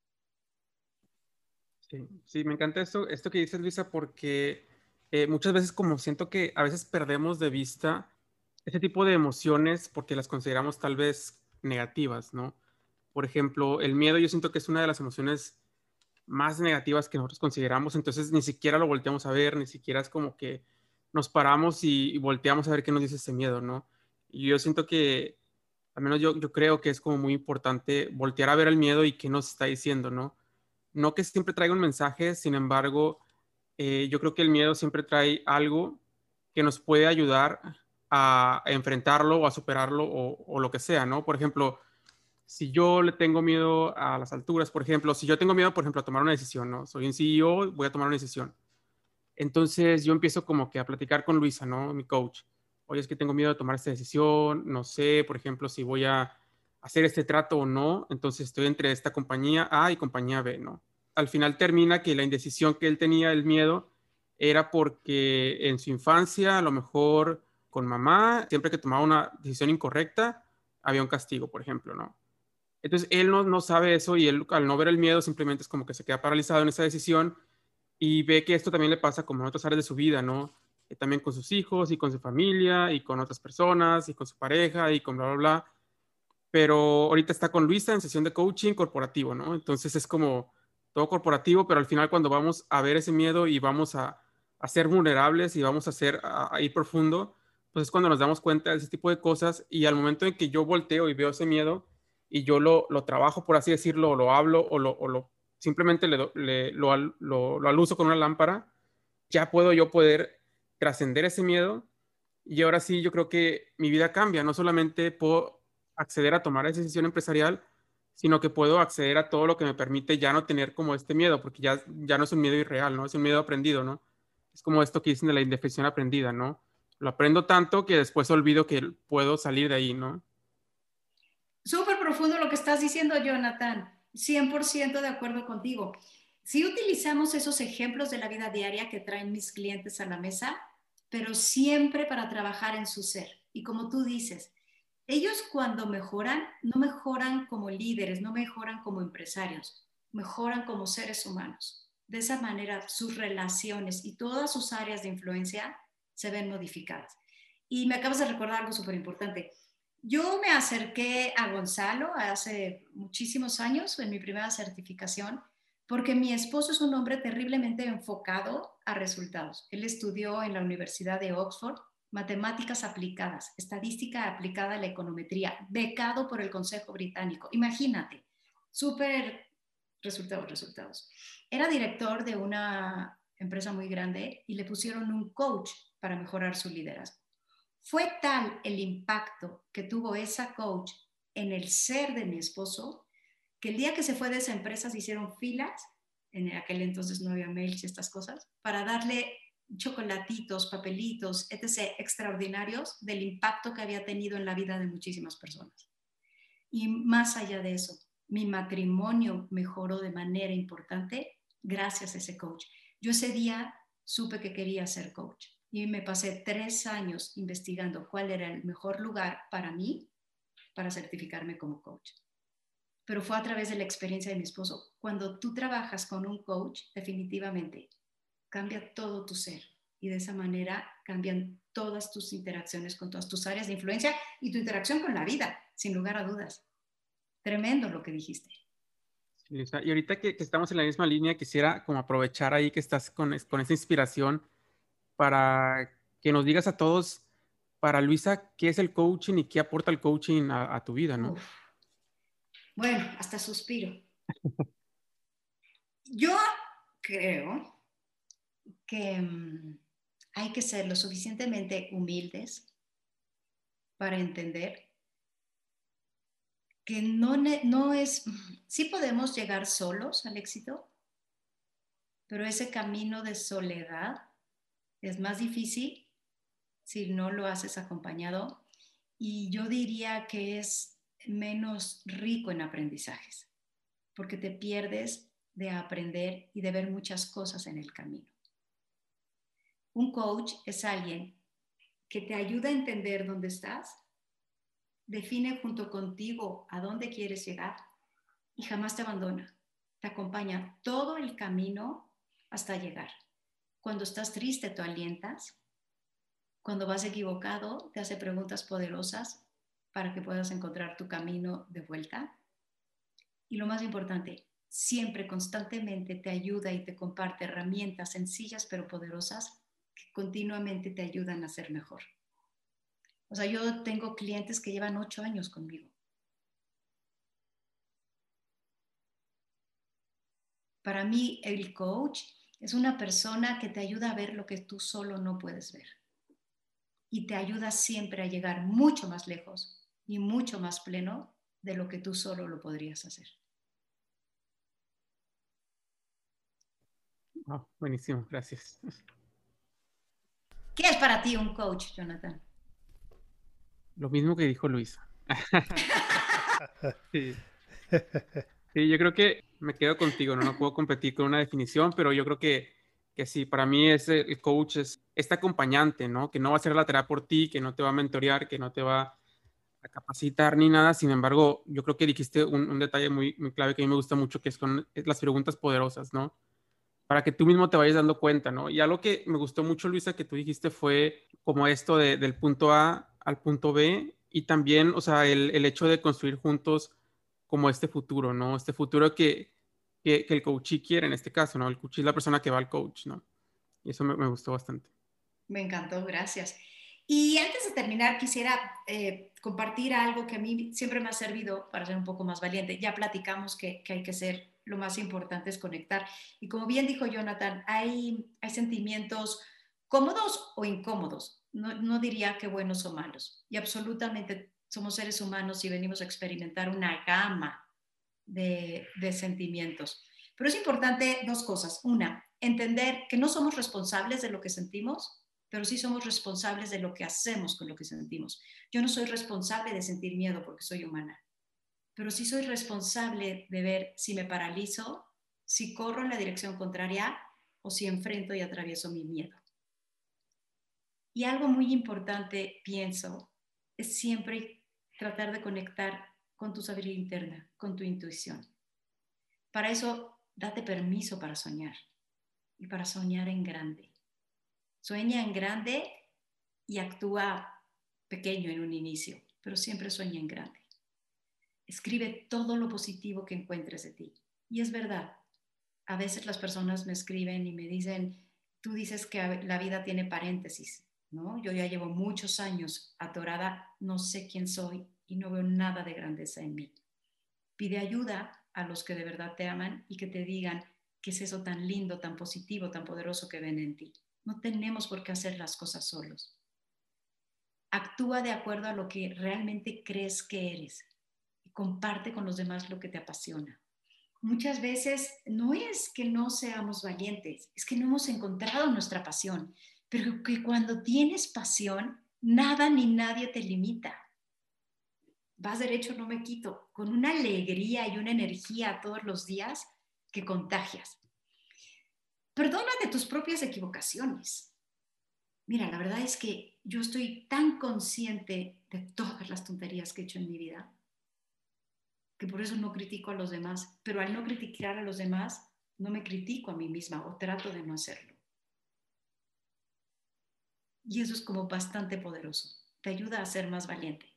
Speaker 3: Sí, sí, me encanta esto, esto que dices, Luisa, porque eh, muchas veces como siento que a veces perdemos de vista ese tipo de emociones porque las consideramos tal vez negativas, ¿no? Por ejemplo, el miedo yo siento que es una de las emociones más negativas que nosotros consideramos, entonces ni siquiera lo volteamos a ver, ni siquiera es como que nos paramos y, y volteamos a ver qué nos dice ese miedo, ¿no? Y yo siento que, al menos yo, yo creo que es como muy importante voltear a ver el miedo y qué nos está diciendo, ¿no? No que siempre traiga un mensaje, sin embargo, eh, yo creo que el miedo siempre trae algo que nos puede ayudar a, a enfrentarlo o a superarlo o, o lo que sea, ¿no? Por ejemplo, si yo le tengo miedo a las alturas, por ejemplo, si yo tengo miedo, por ejemplo, a tomar una decisión, ¿no? Soy un C E O, voy a tomar una decisión. Entonces yo empiezo como que a platicar con Luisa, ¿no? Mi coach. Oye, es que tengo miedo de tomar esta decisión, no sé, por ejemplo, si voy a hacer este trato o no. Entonces estoy entre esta compañía A y compañía B, ¿no? Al final termina que la indecisión que él tenía, el miedo, era porque en su infancia, a lo mejor con mamá, siempre que tomaba una decisión incorrecta, había un castigo, por ejemplo, ¿no? Entonces él no, no sabe eso y él al no ver el miedo simplemente es como que se queda paralizado en esa decisión y ve que esto también le pasa como en otras áreas de su vida, ¿no? Eh, también con sus hijos y con su familia y con otras personas y con su pareja y con bla, bla, bla. Pero ahorita está con Luisa en sesión de coaching corporativo, ¿no? Entonces es como todo corporativo, pero al final cuando vamos a ver ese miedo y vamos a, a ser vulnerables y vamos a, ser, a, a ir profundo, pues es cuando nos damos cuenta de ese tipo de cosas y al momento en que yo volteo y veo ese miedo y yo lo, lo trabajo, por así decirlo, o lo hablo o lo, o lo simplemente le, do, le lo, lo, lo aluso con una lámpara, ya puedo yo poder trascender ese miedo. Y ahora sí, yo creo que mi vida cambia. No solamente puedo acceder a tomar esa decisión empresarial, sino que puedo acceder a todo lo que me permite ya no tener como este miedo, porque ya, ya no es un miedo irreal, ¿no? Es un miedo aprendido, ¿no? Es como esto que dicen de la indefensión aprendida, ¿no? Lo aprendo tanto que después olvido que puedo salir de ahí, ¿no?
Speaker 1: Súper profundo lo que estás diciendo, Jonathan. cien por ciento de acuerdo contigo. Si utilizamos esos ejemplos de la vida diaria que traen mis clientes a la mesa, pero siempre para trabajar en su ser. Y como tú dices, ellos cuando mejoran, no mejoran como líderes, no mejoran como empresarios, mejoran como seres humanos. De esa manera, sus relaciones y todas sus áreas de influencia se ven modificadas. Y me acabas de recordar algo súper importante. Yo me acerqué a Gonzalo hace muchísimos años, en mi primera certificación, porque mi esposo es un hombre terriblemente enfocado a resultados. Él estudió en la Universidad de Oxford matemáticas aplicadas, estadística aplicada a la econometría, becado por el Consejo Británico. Imagínate, súper resultados, resultados. Era director de una empresa muy grande y le pusieron un coach para mejorar su liderazgo. Fue tal el impacto que tuvo esa coach en el ser de mi esposo que el día que se fue de esa empresa se hicieron filas, en aquel entonces no había mails y estas cosas, para darle chocolatitos, papelitos, etcétera, extraordinarios del impacto que había tenido en la vida de muchísimas personas. Y más allá de eso, mi matrimonio mejoró de manera importante gracias a ese coach. Yo ese día supe que quería ser coach y me pasé tres años investigando cuál era el mejor lugar para mí para certificarme como coach. Pero fue a través de la experiencia de mi esposo. Cuando tú trabajas con un coach, definitivamente cambia todo tu ser y de esa manera cambian todas tus interacciones con todas tus áreas de influencia y tu interacción con la vida, sin lugar a dudas. Tremendo lo que dijiste.
Speaker 3: Sí, Luisa. Y ahorita que, que estamos en la misma línea, quisiera como aprovechar ahí que estás con, es- con esa inspiración para que nos digas a todos, para Luisa, qué es el coaching y qué aporta el coaching a, a tu vida, ¿no?
Speaker 1: Uf. Bueno, hasta suspiro. Yo creo que um, hay que ser lo suficientemente humildes para entender que no, no es, sí podemos llegar solos al éxito, pero ese camino de soledad es más difícil si no lo haces acompañado y yo diría que es menos rico en aprendizajes, porque te pierdes de aprender y de ver muchas cosas en el camino. Un coach es alguien que te ayuda a entender dónde estás, define junto contigo a dónde quieres llegar y jamás te abandona. Te acompaña todo el camino hasta llegar. Cuando estás triste, te alientas. Cuando vas equivocado, te hace preguntas poderosas para que puedas encontrar tu camino de vuelta. Y lo más importante, siempre constantemente te ayuda y te comparte herramientas sencillas pero poderosas que continuamente te ayudan a ser mejor. O sea, yo tengo clientes que llevan ocho años conmigo. Para mí, el coach es una persona que te ayuda a ver lo que tú solo no puedes ver. Y te ayuda siempre a llegar mucho más lejos y mucho más pleno de lo que tú solo lo podrías hacer.
Speaker 3: Oh, buenísimo, gracias.
Speaker 1: ¿Qué es para ti un coach, Jonathan?
Speaker 3: Lo mismo que dijo Luisa. Sí. Sí, yo creo que me quedo contigo, ¿no? No puedo competir con una definición, pero yo creo que, que sí, para mí es el el coach es este acompañante, ¿no? Que no va a hacer la tarea por ti, que no te va a mentorear, que no te va a capacitar ni nada. Sin embargo, yo creo que dijiste un, un detalle muy, muy clave que a mí me gusta mucho, que es con es las preguntas poderosas, ¿no? Para que tú mismo te vayas dando cuenta, ¿no? Y algo que me gustó mucho, Luisa, que tú dijiste fue como esto de, del punto A al punto B y también, o sea, el, el hecho de construir juntos como este futuro, ¿no? Este futuro que, que, que el coachee quiere en este caso, ¿no? El coachee es la persona que va al coach, ¿no? Y eso me, me gustó bastante.
Speaker 1: Me encantó, gracias. Y antes de terminar, quisiera eh, compartir algo que a mí siempre me ha servido para ser un poco más valiente. Ya platicamos que, que hay que ser lo más importante es conectar. Y como bien dijo Jonathan, hay, hay sentimientos cómodos o incómodos. No, no diría que buenos o malos. Y absolutamente somos seres humanos y venimos a experimentar una gama de, de sentimientos. Pero es importante dos cosas. Una, entender que no somos responsables de lo que sentimos, pero sí somos responsables de lo que hacemos con lo que sentimos. Yo no soy responsable de sentir miedo porque soy humana, pero sí soy responsable de ver si me paralizo, si corro en la dirección contraria o si enfrento y atravieso mi miedo. Y algo muy importante, pienso, es siempre tratar de conectar con tu sabiduría interna, con tu intuición. Para eso, date permiso para soñar y para soñar en grande. Sueña en grande y actúa pequeño en un inicio, pero siempre sueña en grande. Escribe todo lo positivo que encuentres de ti. Y es verdad, a veces las personas me escriben y me dicen, tú dices que la vida tiene paréntesis, ¿no? Yo ya llevo muchos años atorada, no sé quién soy y no veo nada de grandeza en mí. Pide ayuda a los que de verdad te aman y que te digan qué es eso tan lindo, tan positivo, tan poderoso que ven en ti. No tenemos por qué hacer las cosas solos. Actúa de acuerdo a lo que realmente crees que eres y comparte con los demás lo que te apasiona. Muchas veces no es que no seamos valientes, es que no hemos encontrado nuestra pasión, pero que cuando tienes pasión, nada ni nadie te limita. Vas derecho, no me quito, con una alegría y una energía todos los días que contagias. Perdona de tus propias equivocaciones. Mira, la verdad es que yo estoy tan consciente de todas las tonterías que he hecho en mi vida que por eso no critico a los demás, pero al no criticar a los demás, no me critico a mí misma o trato de no hacerlo. Y eso es como bastante poderoso, te ayuda a ser más valiente.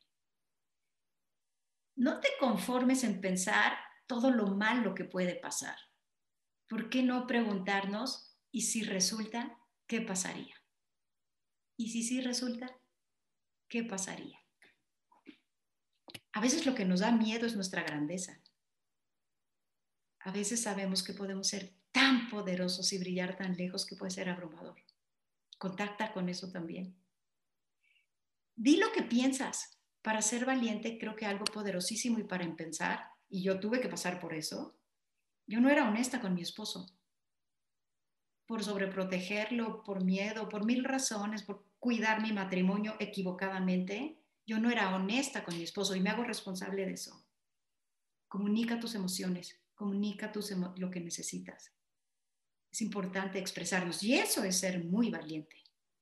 Speaker 1: No te conformes en pensar todo lo malo que puede pasar. ¿Por qué no preguntarnos, y si resulta, qué pasaría? Y si sí resulta, ¿qué pasaría? A veces lo que nos da miedo es nuestra grandeza. A veces sabemos que podemos ser tan poderosos y brillar tan lejos que puede ser abrumador. Contacta con eso también. Di lo que piensas. Para ser valiente, creo que algo poderosísimo y para empezar, y yo tuve que pasar por eso, yo no era honesta con mi esposo. Por sobreprotegerlo, por miedo, por mil razones, por cuidar mi matrimonio equivocadamente, yo no era honesta con mi esposo y me hago responsable de eso. Comunica tus emociones, comunica tus emo- lo que necesitas. Es importante expresarnos y eso es ser muy valiente.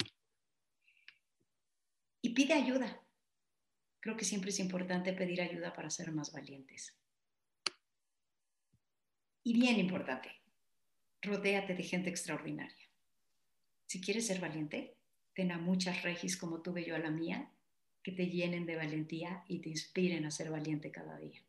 Speaker 1: Y pide ayuda. Creo que siempre es importante pedir ayuda para ser más valientes. Y bien importante, rodéate de gente extraordinaria. Si quieres ser valiente, ten a muchas regis como tuve yo a la mía, que te llenen de valentía y te inspiren a ser valiente cada día.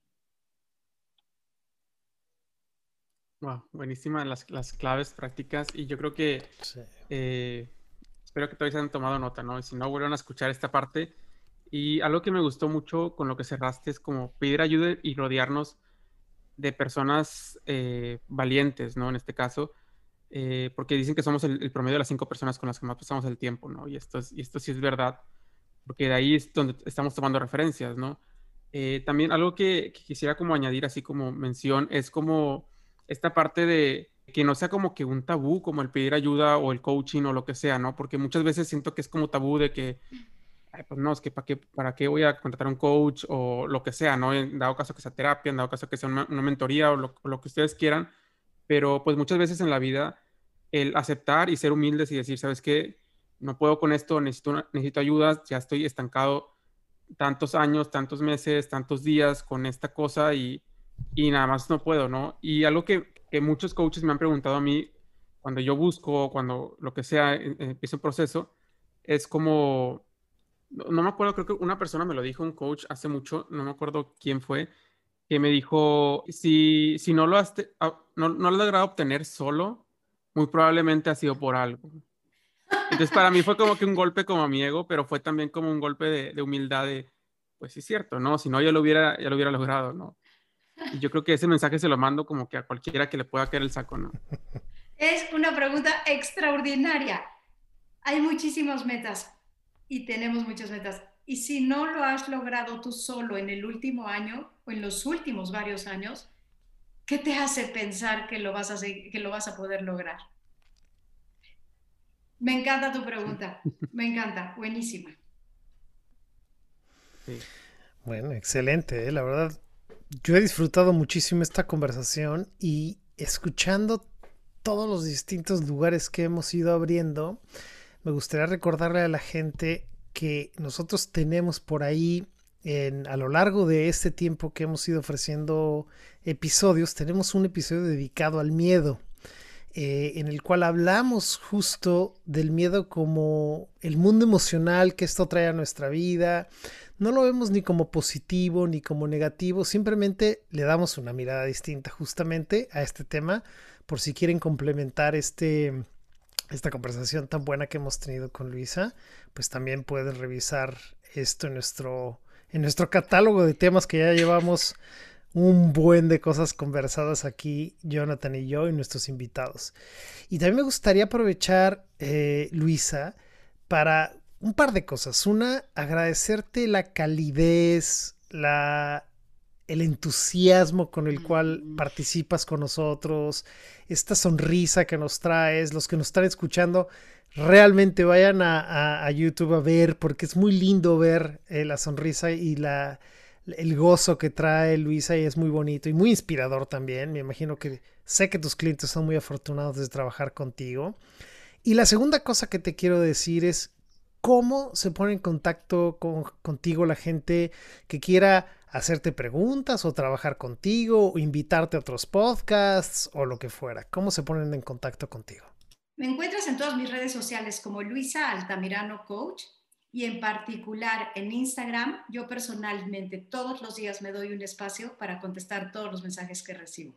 Speaker 3: Wow, buenísimas las, las claves prácticas y yo creo que
Speaker 2: Sí.
Speaker 3: eh, espero que todos hayan tomado nota, ¿no? Y si no, vuelvan a escuchar esta parte. Y algo que me gustó mucho con lo que cerraste es como pedir ayuda y rodearnos de personas eh, valientes, ¿no? En este caso, eh, porque dicen que somos el, el promedio de las cinco personas con las que más pasamos el tiempo, ¿no? Y esto, es, y esto sí es verdad, porque de ahí es donde estamos tomando referencias, ¿no? Eh, también algo que, que quisiera como añadir, así como mención, es como esta parte de que no sea como que un tabú, como el pedir ayuda o el coaching o lo que sea, ¿no? Porque muchas veces siento que es como tabú de que, ay, pues no, es que ¿para qué, para qué voy a contratar un coach o lo que sea, ¿no? En dado caso que sea terapia, en dado caso que sea una, una mentoría o lo, o lo que ustedes quieran, pero pues muchas veces en la vida el aceptar y ser humildes y decir, ¿sabes qué? No puedo con esto, necesito, una- necesito ayuda, ya estoy estancado tantos años, tantos meses, tantos días con esta cosa y, y nada más no puedo, ¿no? Y algo que, que muchos coaches me han preguntado a mí cuando yo busco, cuando lo que sea, eh, eh, empieza un proceso, es como, no, no me acuerdo, creo que una persona me lo dijo, un coach hace mucho, no me acuerdo quién fue, que me dijo, si, si no lo has, te- ah, no, no lo has logrado obtener solo, muy probablemente ha sido por algo. Entonces para mí fue como que un golpe como a mi ego, pero fue también como un golpe de, de humildad de, pues sí es cierto, ¿no? Si no, ya lo hubiera, ya lo hubiera logrado, ¿no? Y yo creo que ese mensaje se lo mando como que a cualquiera que le pueda caer el saco, ¿no?
Speaker 1: Es una pregunta extraordinaria. Hay muchísimas metas y tenemos muchas metas. Y si no lo has logrado tú solo en el último año o en los últimos varios años, ¿qué te hace pensar que lo vas a, que lo vas a poder lograr? Me encanta tu pregunta. Me encanta. Buenísima.
Speaker 3: Sí.
Speaker 2: Bueno, excelente, ¿eh? La verdad, yo he disfrutado muchísimo esta conversación y escuchando todos los distintos lugares que hemos ido abriendo, me gustaría recordarle a la gente que nosotros tenemos por ahí, en, a lo largo de este tiempo que hemos ido ofreciendo episodios, tenemos un episodio dedicado al miedo. Eh, en el cual hablamos justo del miedo como el mundo emocional que esto trae a nuestra vida. No lo vemos ni como positivo ni como negativo, simplemente le damos una mirada distinta justamente a este tema, por si quieren complementar este, esta conversación tan buena que hemos tenido con Luisa, pues también pueden revisar esto en nuestro, en nuestro catálogo de temas que ya llevamos un buen de cosas conversadas aquí, Jonathan y yo y nuestros invitados. Y también me gustaría aprovechar, eh, Luisa, para un par de cosas. Una, agradecerte la calidez, la, el entusiasmo con el cual participas con nosotros, esta sonrisa que nos traes, los que nos están escuchando, realmente vayan a, a, a YouTube a ver, porque es muy lindo ver eh, la sonrisa y la el gozo que trae Luisa, y es muy bonito y muy inspirador también. Me imagino que sé que tus clientes son muy afortunados de trabajar contigo. Y la segunda cosa que te quiero decir es cómo se pone en contacto con, contigo la gente que quiera hacerte preguntas o trabajar contigo o invitarte a otros podcasts o lo que fuera. ¿Cómo se ponen en contacto contigo?
Speaker 1: Me encuentras en todas mis redes sociales como Luisa Altamirano Coach. Y en particular en Instagram, yo personalmente todos los días me doy un espacio para contestar todos los mensajes que recibo.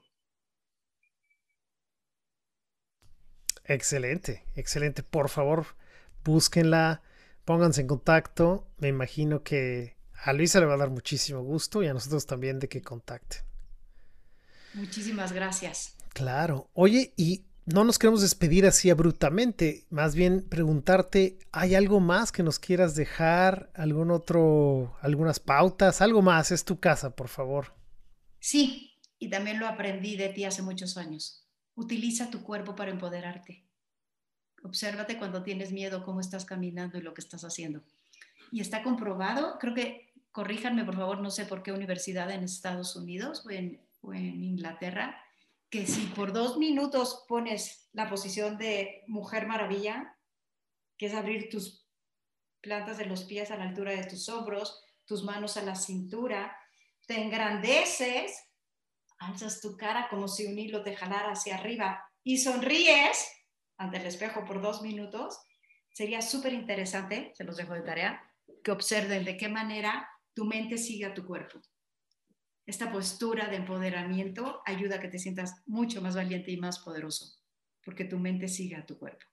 Speaker 2: Excelente, excelente. Por favor, búsquenla, pónganse en contacto. Me imagino que a Luisa le va a dar muchísimo gusto y a nosotros también de que contacten.
Speaker 1: Muchísimas gracias.
Speaker 2: Claro. Oye, y no nos queremos despedir así abruptamente, más bien preguntarte, ¿hay algo más que nos quieras dejar? ¿Algún otro, algunas pautas? Algo más, es tu casa, por favor.
Speaker 1: Sí, y también lo aprendí de ti hace muchos años. Utiliza tu cuerpo para empoderarte. Obsérvate cuando tienes miedo, cómo estás caminando y lo que estás haciendo. Y está comprobado, creo que, corríjanme por favor, no sé por qué universidad en Estados Unidos o en, o en Inglaterra, que si por dos minutos pones la posición de Mujer Maravilla, que es abrir tus plantas de los pies a la altura de tus hombros, tus manos a la cintura, te engrandeces, alzas tu cara como si un hilo te jalara hacia arriba y sonríes ante el espejo por dos minutos, sería súper interesante, se los dejo de tarea, que observen de qué manera tu mente sigue a tu cuerpo. Esta postura de empoderamiento ayuda a que te sientas mucho más valiente y más poderoso, porque tu mente sigue a tu cuerpo.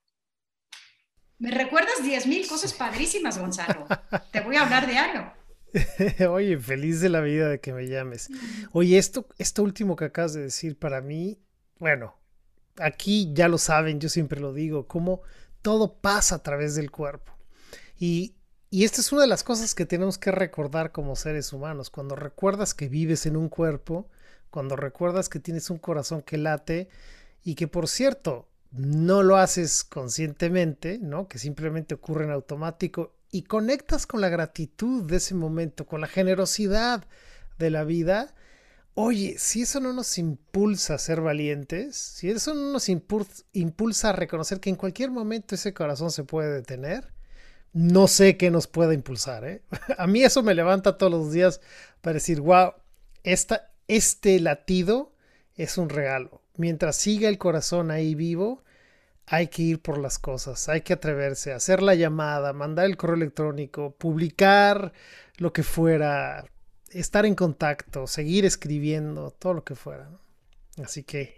Speaker 1: Me recuerdas diez mil cosas padrísimas, Gonzalo. Te voy a hablar diario.
Speaker 2: Oye, feliz de la vida de que me llames. Oye, esto, esto último que acabas de decir para mí, bueno, aquí ya lo saben, yo siempre lo digo, cómo todo pasa a través del cuerpo. Y, y esta es una de las cosas que tenemos que recordar como seres humanos. Cuando recuerdas que vives en un cuerpo, cuando recuerdas que tienes un corazón que late y que, por cierto, no lo haces conscientemente, ¿no? Que simplemente ocurre en automático y conectas con la gratitud de ese momento, con la generosidad de la vida. Oye, si eso no nos impulsa a ser valientes, si eso no nos impulsa a reconocer que en cualquier momento ese corazón se puede detener, no sé qué nos puede impulsar, ¿eh? A mí eso me levanta todos los días para decir, wow, esta, este latido es un regalo. Mientras siga el corazón ahí vivo, hay que ir por las cosas, hay que atreverse a hacer la llamada, mandar el correo electrónico, publicar lo que fuera, estar en contacto, seguir escribiendo, todo lo que fuera, ¿no? Así que...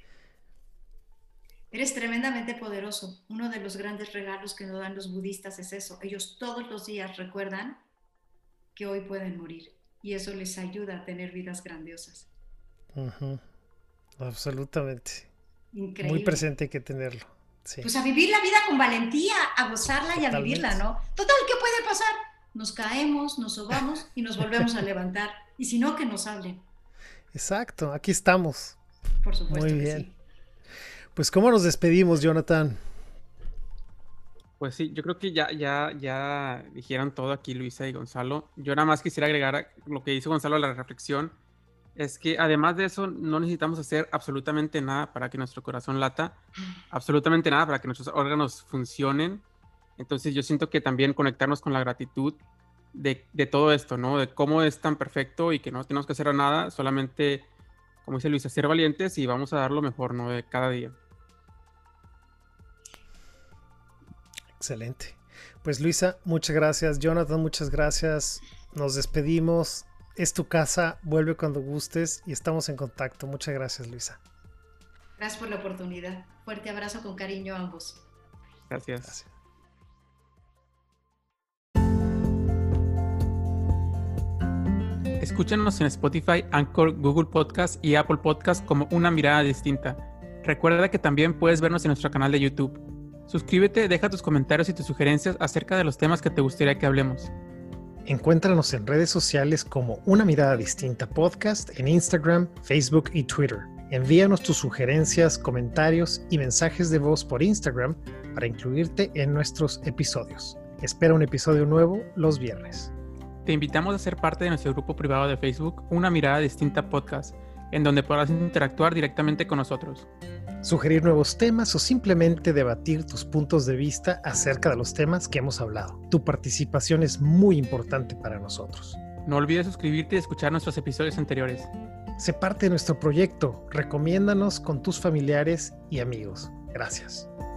Speaker 1: Eres tremendamente poderoso. Uno de los grandes regalos que nos dan los budistas es eso. Ellos todos los días recuerdan que hoy pueden morir y eso les ayuda a tener vidas grandiosas.
Speaker 2: Uh-huh. Absolutamente.
Speaker 1: Increíble.
Speaker 2: Muy presente hay que tenerlo. Sí.
Speaker 1: Pues a vivir la vida con valentía, a gozarla y a vivirla, ¿no? Total, ¿qué puede pasar? Nos caemos, nos sobamos y nos volvemos a levantar. Y si no, que nos hablen.
Speaker 2: Exacto, aquí estamos.
Speaker 1: Por supuesto.
Speaker 2: Muy
Speaker 1: que
Speaker 2: bien.
Speaker 1: sí.
Speaker 2: Pues, ¿cómo nos despedimos, Jonathan?
Speaker 3: Pues sí, yo creo que ya, ya, ya dijeron todo aquí Luisa y Gonzalo. Yo nada más quisiera agregar a lo que hizo Gonzalo a la reflexión. Es que además de eso, no necesitamos hacer absolutamente nada para que nuestro corazón lata, absolutamente nada para que nuestros órganos funcionen. Entonces yo siento que también conectarnos con la gratitud de, de todo esto, ¿no? De cómo es tan perfecto y que no tenemos que hacer nada, solamente, como dice Luisa, ser valientes y vamos a dar lo mejor, ¿no? De cada día.
Speaker 2: Excelente. Pues Luisa, muchas gracias. Jonathan, muchas gracias. Nos despedimos. Es tu casa, vuelve cuando gustes y estamos en contacto. Muchas gracias, Luisa.
Speaker 1: Gracias por la oportunidad. Fuerte abrazo con cariño a ambos.
Speaker 3: Gracias.
Speaker 2: Gracias.
Speaker 3: Escúchanos en Spotify, Anchor, Google Podcast y Apple Podcast como Una Mirada Distinta. Recuerda que también puedes vernos en nuestro canal de YouTube. Suscríbete, deja tus comentarios y tus sugerencias acerca de los temas que te gustaría que hablemos.
Speaker 2: Encuéntranos en redes sociales como Una Mirada Distinta Podcast en Instagram, Facebook y Twitter. Envíanos tus sugerencias, comentarios y mensajes de voz por Instagram para incluirte en nuestros episodios. Espera un episodio nuevo los viernes.
Speaker 3: Te invitamos a ser parte de nuestro grupo privado de Facebook, Una Mirada Distinta Podcast, en donde podrás interactuar directamente con nosotros.
Speaker 2: Sugerir nuevos temas o simplemente debatir tus puntos de vista acerca de los temas que hemos hablado. Tu participación es muy importante para nosotros.
Speaker 3: No olvides suscribirte y escuchar nuestros episodios anteriores.
Speaker 2: Sé parte de nuestro proyecto. Recomiéndanos con tus familiares y amigos. Gracias.